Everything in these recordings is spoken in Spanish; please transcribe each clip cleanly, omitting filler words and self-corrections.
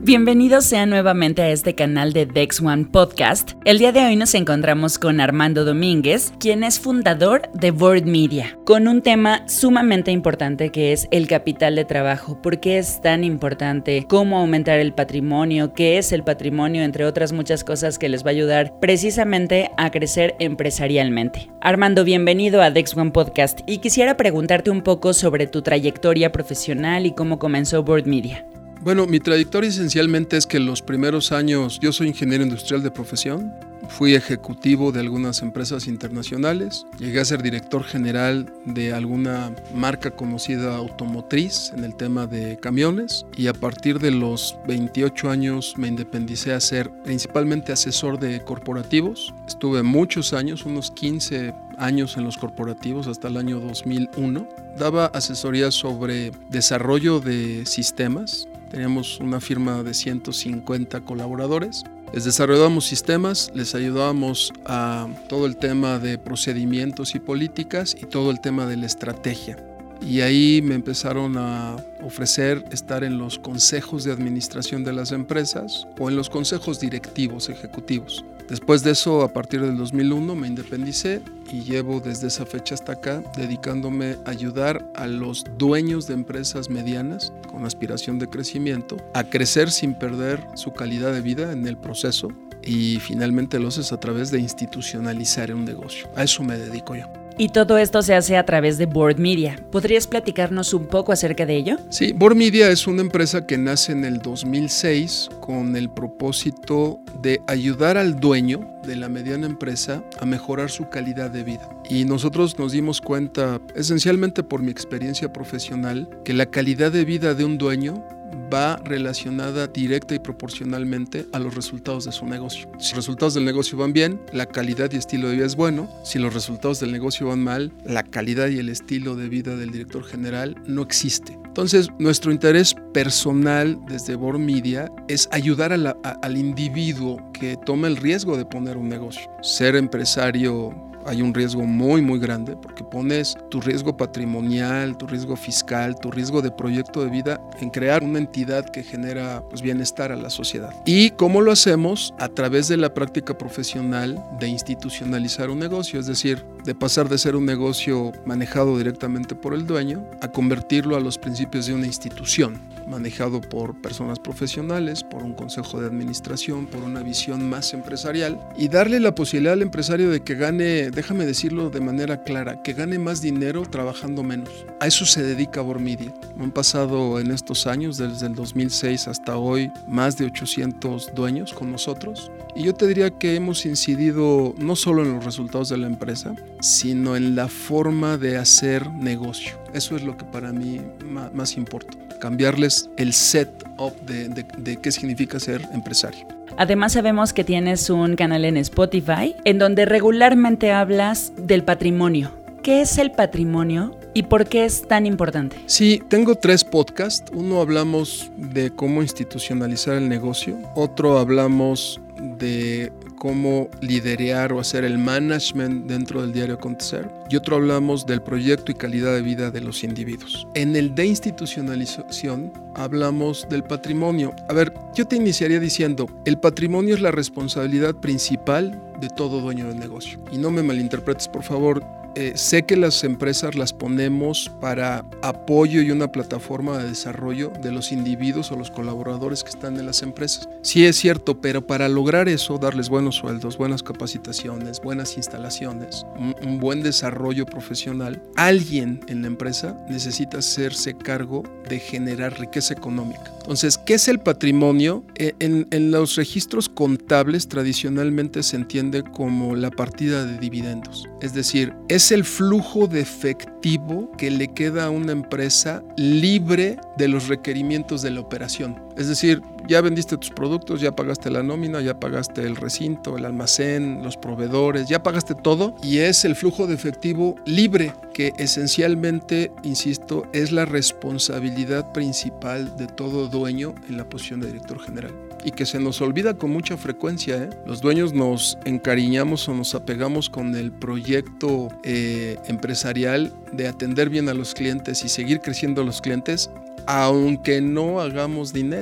Bienvenidos sean nuevamente a este canal de Dex One Podcast. El día de hoy nos encontramos con Armando Domínguez, quien es fundador de Board Media, con un tema sumamente importante que es el capital de trabajo. ¿Por qué es tan importante? ¿Cómo aumentar el patrimonio? ¿Qué es el patrimonio? Entre otras muchas cosas que les va a ayudar precisamente a crecer empresarialmente. Armando, bienvenido a Dex One Podcast y quisiera preguntarte un poco sobre tu trayectoria profesional y cómo comenzó Board Media. Bueno, mi trayectoria esencialmente es que los primeros años, yo soy ingeniero industrial de profesión, fui ejecutivo de algunas empresas internacionales, llegué a ser director general de alguna marca conocida automotriz en el tema de camiones y a partir de los 28 años me independicé a ser principalmente asesor de corporativos. Estuve muchos años, unos 15 años en los corporativos hasta el año 2001. Daba asesoría sobre desarrollo de sistemas. Teníamos una firma de 150 colaboradores. Les desarrollábamos sistemas, les ayudábamos a todo el tema de procedimientos y políticas y todo el tema de la estrategia. Y ahí me empezaron a ofrecer estar en los consejos de administración de las empresas o en los consejos directivos ejecutivos. Después de eso, a partir del 2001, me independicé y llevo desde esa fecha hasta acá dedicándome a ayudar a los dueños de empresas medianas con aspiración de crecimiento a crecer sin perder su calidad de vida en el proceso y finalmente lo haces a través de institucionalizar un negocio. A eso me dedico yo. Y todo esto se hace a través de Board Media. ¿Podrías platicarnos un poco acerca de ello? Sí, Board Media es una empresa que nace en el 2006 con el propósito de ayudar al dueño de la mediana empresa a mejorar su calidad de vida. Y nosotros nos dimos cuenta, esencialmente por mi experiencia profesional, que la calidad de vida de un dueño va relacionada directa y proporcionalmente a los resultados de su negocio. Si los resultados del negocio van bien, la calidad y estilo de vida es bueno. Si los resultados del negocio van mal, la calidad y el estilo de vida del director general no existe. Entonces, nuestro interés personal desde Board Media es ayudar al individuo que toma el riesgo de poner un negocio. Ser empresario hay un riesgo muy muy grande porque pones tu riesgo patrimonial, tu riesgo fiscal, tu riesgo de proyecto de vida en crear una entidad que genera bienestar a la sociedad. ¿Y cómo lo hacemos? A través de la práctica profesional de institucionalizar un negocio, es decir, de pasar de ser un negocio manejado directamente por el dueño a convertirlo a los principios de una institución, manejado por personas profesionales, por un consejo de administración, por una visión más empresarial y darle la posibilidad al empresario de que gane, déjame decirlo de manera clara, que gane más dinero trabajando menos. A eso se dedica Board Media. Han pasado en estos años, desde el 2006 hasta hoy, más de 800 dueños con nosotros y yo te diría que hemos incidido no solo en los resultados de la empresa, sino en la forma de hacer negocio. Eso es lo que para mí más importa, cambiarles el setup de qué significa ser empresario. Además sabemos que tienes un canal en Spotify en donde regularmente hablas del patrimonio. ¿Qué es el patrimonio y por qué es tan importante? Sí, tengo 3 podcasts. Uno hablamos de cómo institucionalizar el negocio. Otro hablamos de cómo liderar o hacer el management dentro del diario acontecer. Y otro hablamos del proyecto y calidad de vida de los individuos. En el de institucionalización hablamos del patrimonio. A ver, yo te iniciaría diciendo, el patrimonio es la responsabilidad principal de todo dueño de negocio. Y no me malinterpretes, por favor. Sé que las empresas las ponemos para apoyo y una plataforma de desarrollo de los individuos o los colaboradores que están en las empresas. Sí es cierto, pero para lograr eso, darles buenos sueldos, buenas capacitaciones, buenas instalaciones, un buen desarrollo profesional, alguien en la empresa necesita hacerse cargo de generar riqueza económica. Entonces, ¿qué es el patrimonio? En los registros contables tradicionalmente se entiende como la partida de dividendos. Es decir, es el flujo de efectivo que le queda a una empresa libre de los requerimientos de la operación. Es decir, ya vendiste tus productos, ya pagaste la nómina, ya pagaste el recinto, el almacén, los proveedores, ya pagaste todo y es el flujo de efectivo libre que esencialmente, insisto, es la responsabilidad principal de todo dueño en la posición de director general. Y que se nos olvida con mucha frecuencia, Los dueños nos encariñamos o nos apegamos con el proyecto empresarial de atender bien a los clientes y seguir creciendo a los clientes, aunque no hagamos dinero.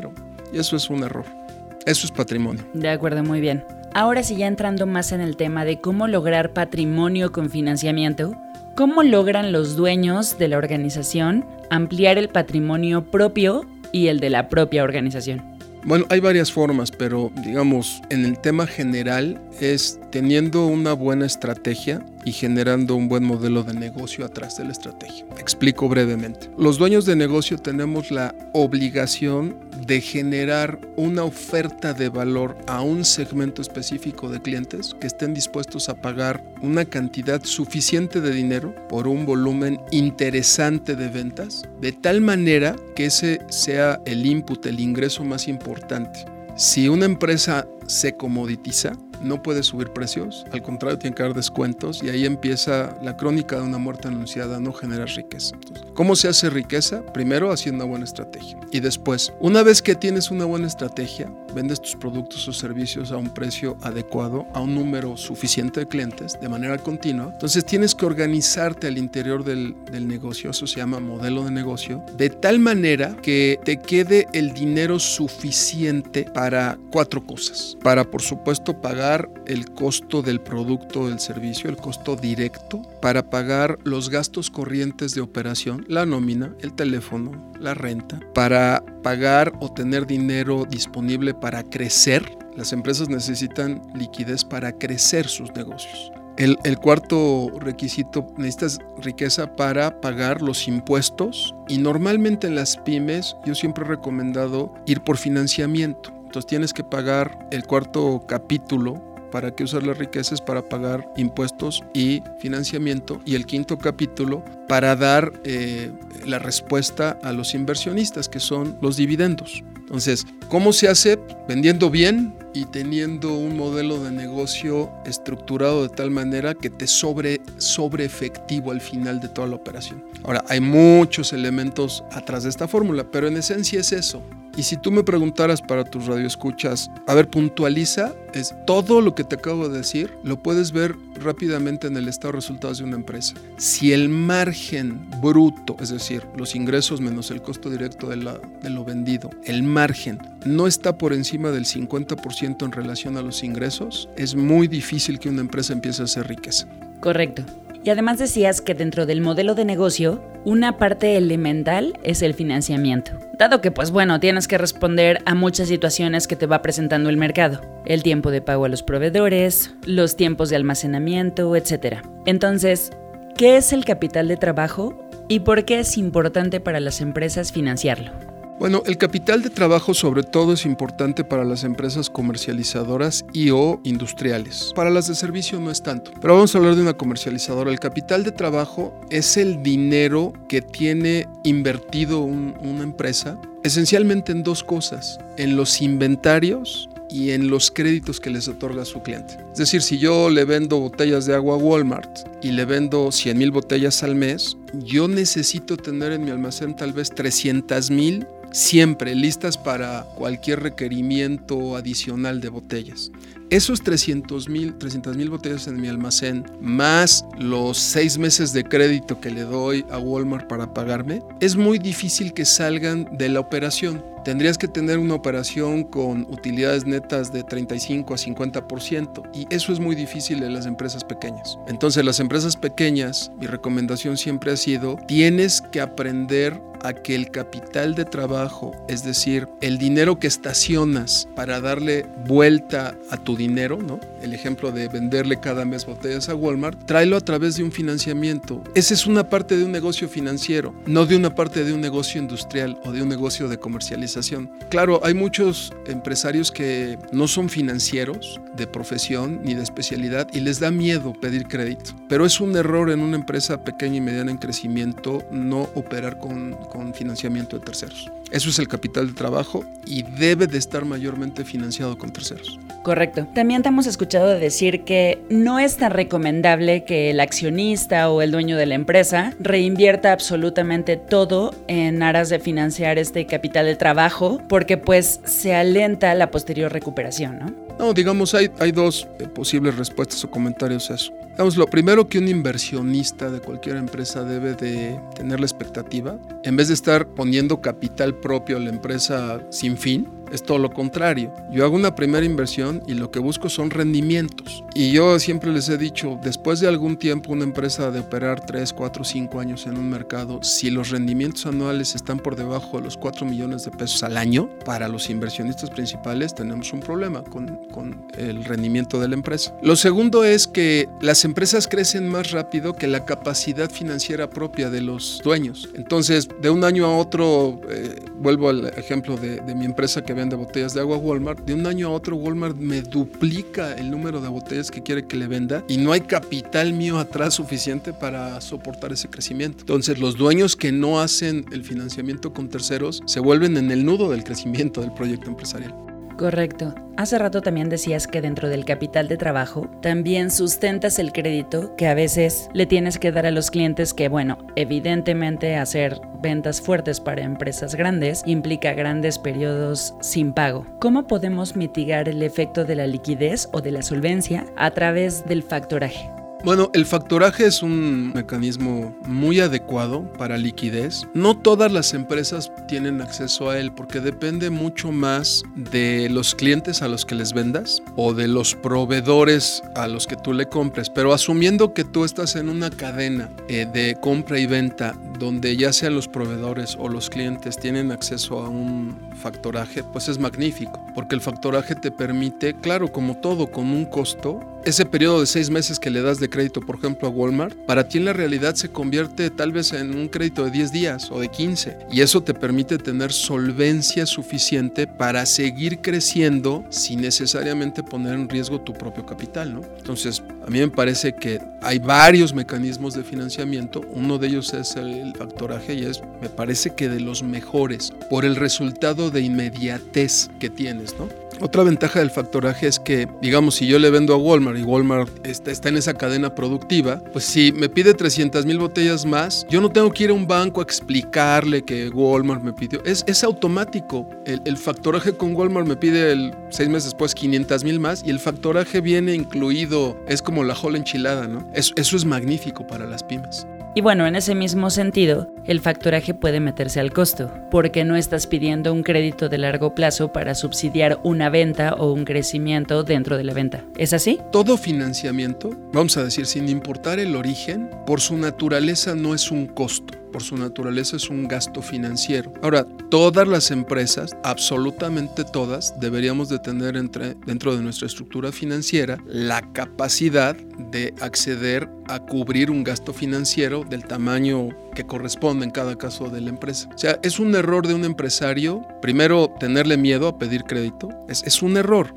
Y eso es un error. Eso es patrimonio. De acuerdo, muy bien. Ahora sí, ya entrando más en el tema de cómo lograr patrimonio con financiamiento, ¿cómo logran los dueños de la organización ampliar el patrimonio propio y el de la propia organización? Bueno, hay varias formas, pero digamos, en el tema general es teniendo una buena estrategia y generando un buen modelo de negocio atrás de la estrategia. Explico brevemente. Los dueños de negocio tenemos la obligación de generar una oferta de valor a un segmento específico de clientes que estén dispuestos a pagar una cantidad suficiente de dinero por un volumen interesante de ventas, de tal manera que ese sea el input, el ingreso más importante. Si una empresa se comoditiza, no puede subir precios, al contrario tiene que dar descuentos y ahí empieza la crónica de una muerte anunciada, no generar riqueza. Entonces, ¿cómo se hace riqueza? Primero haciendo una buena estrategia y después, una vez que tienes una buena estrategia, vendes tus productos o servicios a un precio adecuado, a un número suficiente de clientes de manera continua, entonces tienes que organizarte al interior del negocio, eso se llama modelo de negocio, de tal manera que te quede el dinero suficiente para 4 cosas. Para, por supuesto, pagar el costo del producto o del servicio, el costo directo, para pagar los gastos corrientes de operación, la nómina, el teléfono, la renta, para pagar o tener dinero disponible para crecer. Las empresas necesitan liquidez para crecer sus negocios. El cuarto requisito, necesitas riqueza para pagar los impuestos y normalmente en las pymes yo siempre he recomendado ir por financiamiento. Entonces tienes que pagar el cuarto capítulo. ¿Para qué usar las riquezas? Para pagar impuestos y financiamiento. Y el quinto capítulo para dar la respuesta a los inversionistas, que son los dividendos. Entonces, ¿cómo se hace? Vendiendo bien y teniendo un modelo de negocio estructurado de tal manera que te sobre efectivo al final de toda la operación. Ahora, hay muchos elementos atrás de esta fórmula, pero en esencia es eso. Y si tú me preguntaras para tus radioescuchas, a ver, puntualiza, es todo lo que te acabo de decir, lo puedes ver rápidamente en el estado de resultados de una empresa. Si el margen bruto, es decir, los ingresos menos el costo directo de lo vendido, el margen no está por encima del 50% en relación a los ingresos, es muy difícil que una empresa empiece a hacer riqueza. Correcto. Y además decías que dentro del modelo de negocio, una parte elemental es el financiamiento. Dado que, pues bueno, tienes que responder a muchas situaciones que te va presentando el mercado. El tiempo de pago a los proveedores, los tiempos de almacenamiento, etc. Entonces, ¿qué es el capital de trabajo y por qué es importante para las empresas financiarlo? Bueno, el capital de trabajo sobre todo es importante para las empresas comercializadoras y o industriales. Para las de servicio no es tanto. Pero vamos a hablar de una comercializadora. El capital de trabajo es el dinero que tiene invertido una empresa esencialmente en 2 cosas. En los inventarios y en los créditos que les otorga a su cliente. Es decir, si yo le vendo botellas de agua a Walmart y le vendo 100,000 botellas al mes, yo necesito tener en mi almacén tal vez 300,000 siempre listas para cualquier requerimiento adicional de botellas. Esos 300,000 botellas en mi almacén, más los 6 meses de crédito que le doy a Walmart para pagarme, es muy difícil que salgan de la operación. Tendrías que tener una operación con utilidades netas de 35 a 50% y eso es muy difícil en las empresas pequeñas. Entonces, las empresas pequeñas, mi recomendación siempre ha sido, tienes que aprender a que el capital de trabajo, es decir, el dinero que estacionas para darle vuelta a tu dinero, ¿no? El ejemplo de venderle cada mes botellas a Walmart, tráelo a través de un financiamiento. Esa es una parte de un negocio financiero, no de una parte de un negocio industrial o de un negocio de comercialización. Claro, hay muchos empresarios que no son financieros de profesión ni de especialidad y les da miedo pedir crédito, pero es un error en una empresa pequeña y mediana en crecimiento no operar con financiamiento de terceros. Eso es el capital de trabajo y debe de estar mayormente financiado con terceros. Correcto. También te hemos escuchado decir que no es tan recomendable que el accionista o el dueño de la empresa reinvierta absolutamente todo en aras de financiar este capital de trabajo porque pues se alenta la posterior recuperación, ¿no? No, digamos, hay 2 posibles respuestas o comentarios a eso. Digamos, lo primero que un inversionista de cualquier empresa debe de tener la expectativa, en vez de estar poniendo capital propio a la empresa sin fin, es todo lo contrario. Yo hago una primera inversión y lo que busco son rendimientos. Y yo siempre les he dicho, después de algún tiempo una empresa de operar 3, 4, 5 años en un mercado, si los rendimientos anuales están por debajo de los 4 millones de pesos al año, para los inversionistas principales tenemos un problema con el rendimiento de la empresa. Lo segundo es que las empresas crecen más rápido que la capacidad financiera propia de los dueños. Entonces, de un año a otro, vuelvo al ejemplo de mi empresa que vende botellas de agua, Walmart, de un año a otro Walmart me duplica el número de botellas que quiere que le venda y no hay capital mío atrás suficiente para soportar ese crecimiento. Entonces, los dueños que no hacen el financiamiento con terceros se vuelven en el nudo del crecimiento del proyecto empresarial. Correcto. Hace rato también decías que dentro del capital de trabajo también sustentas el crédito que a veces le tienes que dar a los clientes que, bueno, evidentemente hacer ventas fuertes para empresas grandes implica grandes periodos sin pago. ¿Cómo podemos mitigar el efecto de la liquidez o de la solvencia a través del factoraje? Bueno, el factoraje es un mecanismo muy adecuado para liquidez. No todas las empresas tienen acceso a él porque depende mucho más de los clientes a los que les vendas o de los proveedores a los que tú le compres. Pero asumiendo que tú estás en una cadena de compra y venta donde ya sean los proveedores o los clientes tienen acceso a un factoraje, pues es magnífico, porque el factoraje te permite, claro, como todo, con un costo. Ese periodo de 6 meses que le das de crédito, por ejemplo, a Walmart, para ti en la realidad se convierte tal vez en un crédito de 10 días o de 15. Y eso te permite tener solvencia suficiente para seguir creciendo sin necesariamente poner en riesgo tu propio capital, ¿no? Entonces, a mí me parece que hay varios mecanismos de financiamiento. Uno de ellos es el factoraje y me parece que de los mejores por el resultado de inmediatez que tienes, ¿no? Otra ventaja del factoraje es que, digamos, si yo le vendo a Walmart y Walmart está en esa cadena productiva, pues si me pide 300,000 botellas más, yo no tengo que ir a un banco a explicarle que Walmart me pidió. Es automático. El factoraje con Walmart me pide 6 meses después 500,000 más y el factoraje viene incluido. Es como la jola enchilada, ¿no? Eso es magnífico para las pymes. Y bueno, en ese mismo sentido, el factoraje puede meterse al costo, porque no estás pidiendo un crédito de largo plazo para subsidiar una venta o un crecimiento dentro de la venta. ¿Es así? Todo financiamiento, vamos a decir, sin importar el origen, por su naturaleza no es un costo. Por su naturaleza es un gasto financiero. Ahora, todas las empresas, absolutamente todas, deberíamos de tener dentro de nuestra estructura financiera la capacidad de acceder a cubrir un gasto financiero del tamaño que corresponde en cada caso de la empresa. O sea, es un error de un empresario, primero, tenerle miedo a pedir crédito. Es un error.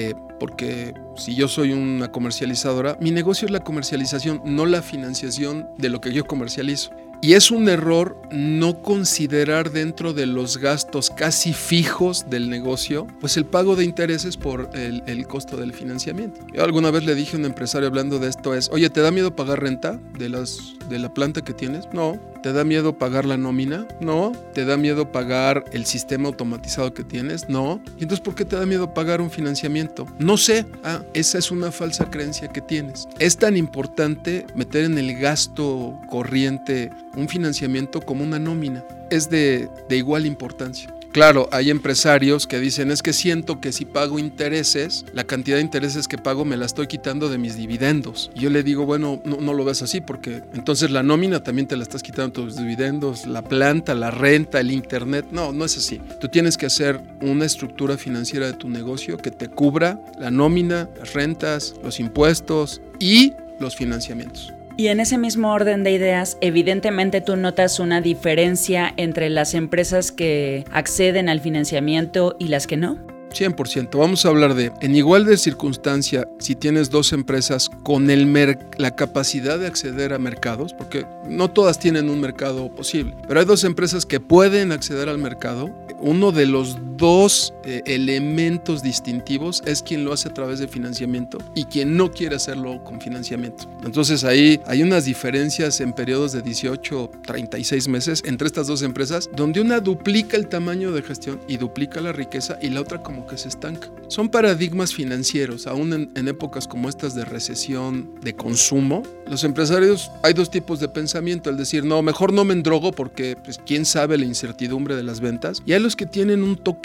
Porque si yo soy una comercializadora, mi negocio es la comercialización, no la financiación de lo que yo comercializo. Y es un error no considerar dentro de los gastos casi fijos del negocio, pues el pago de intereses por el costo del financiamiento. Yo alguna vez le dije a un empresario hablando de esto oye, ¿te da miedo pagar renta de la planta que tienes? No. ¿Te da miedo pagar la nómina? No. ¿Te da miedo pagar el sistema automatizado que tienes? No. ¿Y entonces por qué te da miedo pagar un financiamiento? No sé. Esa es una falsa creencia que tienes. Es tan importante meter en el gasto corriente un financiamiento como una nómina. Es de igual importancia. Claro, hay empresarios que dicen, es que siento que si pago intereses, la cantidad de intereses que pago me la estoy quitando de mis dividendos. Y yo le digo, bueno, no lo ves así, porque entonces la nómina también te la estás quitando tus dividendos, la planta, la renta, el internet. No es así. Tú tienes que hacer una estructura financiera de tu negocio que te cubra la nómina, las rentas, los impuestos y los financiamientos. Y en ese mismo orden de ideas, evidentemente tú notas una diferencia entre las empresas que acceden al financiamiento y las que no. 100%. Vamos a hablar en igual de circunstancia, si tienes 2 empresas con la capacidad de acceder a mercados, porque no todas tienen un mercado posible, pero hay 2 empresas que pueden acceder al mercado. Uno de los 2 elementos distintivos es quien lo hace a través de financiamiento y quien no quiere hacerlo con financiamiento. Entonces ahí hay unas diferencias en periodos de 18, 36 meses entre estas 2 empresas, donde una duplica el tamaño de gestión y duplica la riqueza y la otra como que se estanca. Son paradigmas financieros, aún en épocas como estas de recesión, de consumo. Los empresarios, hay 2 tipos de pensamiento, el decir, no, mejor no me endrogo porque pues quién sabe la incertidumbre de las ventas. Y hay los que tienen un toque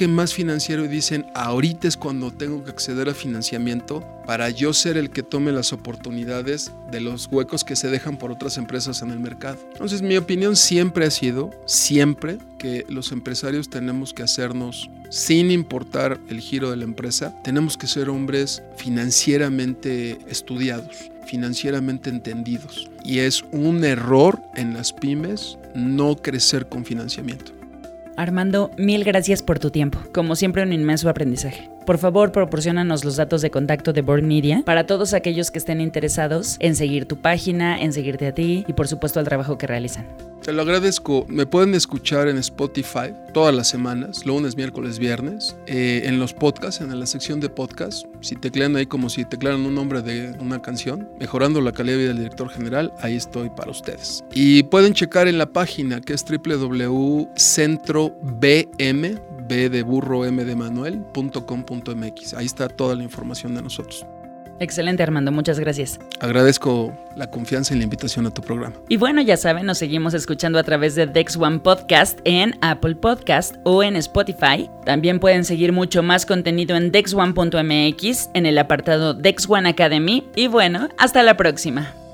enfoque más financiero y dicen, ahorita es cuando tengo que acceder a financiamiento para yo ser el que tome las oportunidades de los huecos que se dejan por otras empresas en el mercado. Entonces, mi opinión siempre ha sido, que los empresarios tenemos que hacernos, sin importar el giro de la empresa, tenemos que ser hombres financieramente estudiados, financieramente entendidos. Y es un error en las pymes no crecer con financiamiento. Armando, mil gracias por tu tiempo. Como siempre, un inmenso aprendizaje. Por favor, proporciónanos los datos de contacto de Board Media para todos aquellos que estén interesados en seguir tu página, en seguirte a ti y por supuesto al trabajo que realizan. Te lo agradezco. Me pueden escuchar en Spotify todas las semanas, lunes, miércoles, viernes, en los podcasts, en la sección de podcasts. Si teclean ahí como si teclearan un nombre de una canción, mejorando la calidad de vida del director general, ahí estoy para ustedes. Y pueden checar en la página que es www.centrobm, B de burro, M de Manuel.com.mx. Ahí está toda la información de nosotros. Excelente, Armando, muchas gracias. Agradezco la confianza y la invitación a tu programa. Y bueno, ya saben, nos seguimos escuchando a través de Dex One Podcast en Apple Podcast o en Spotify. También pueden seguir mucho más contenido en dexone.mx en el apartado Dex One Academy. Y bueno, hasta la próxima.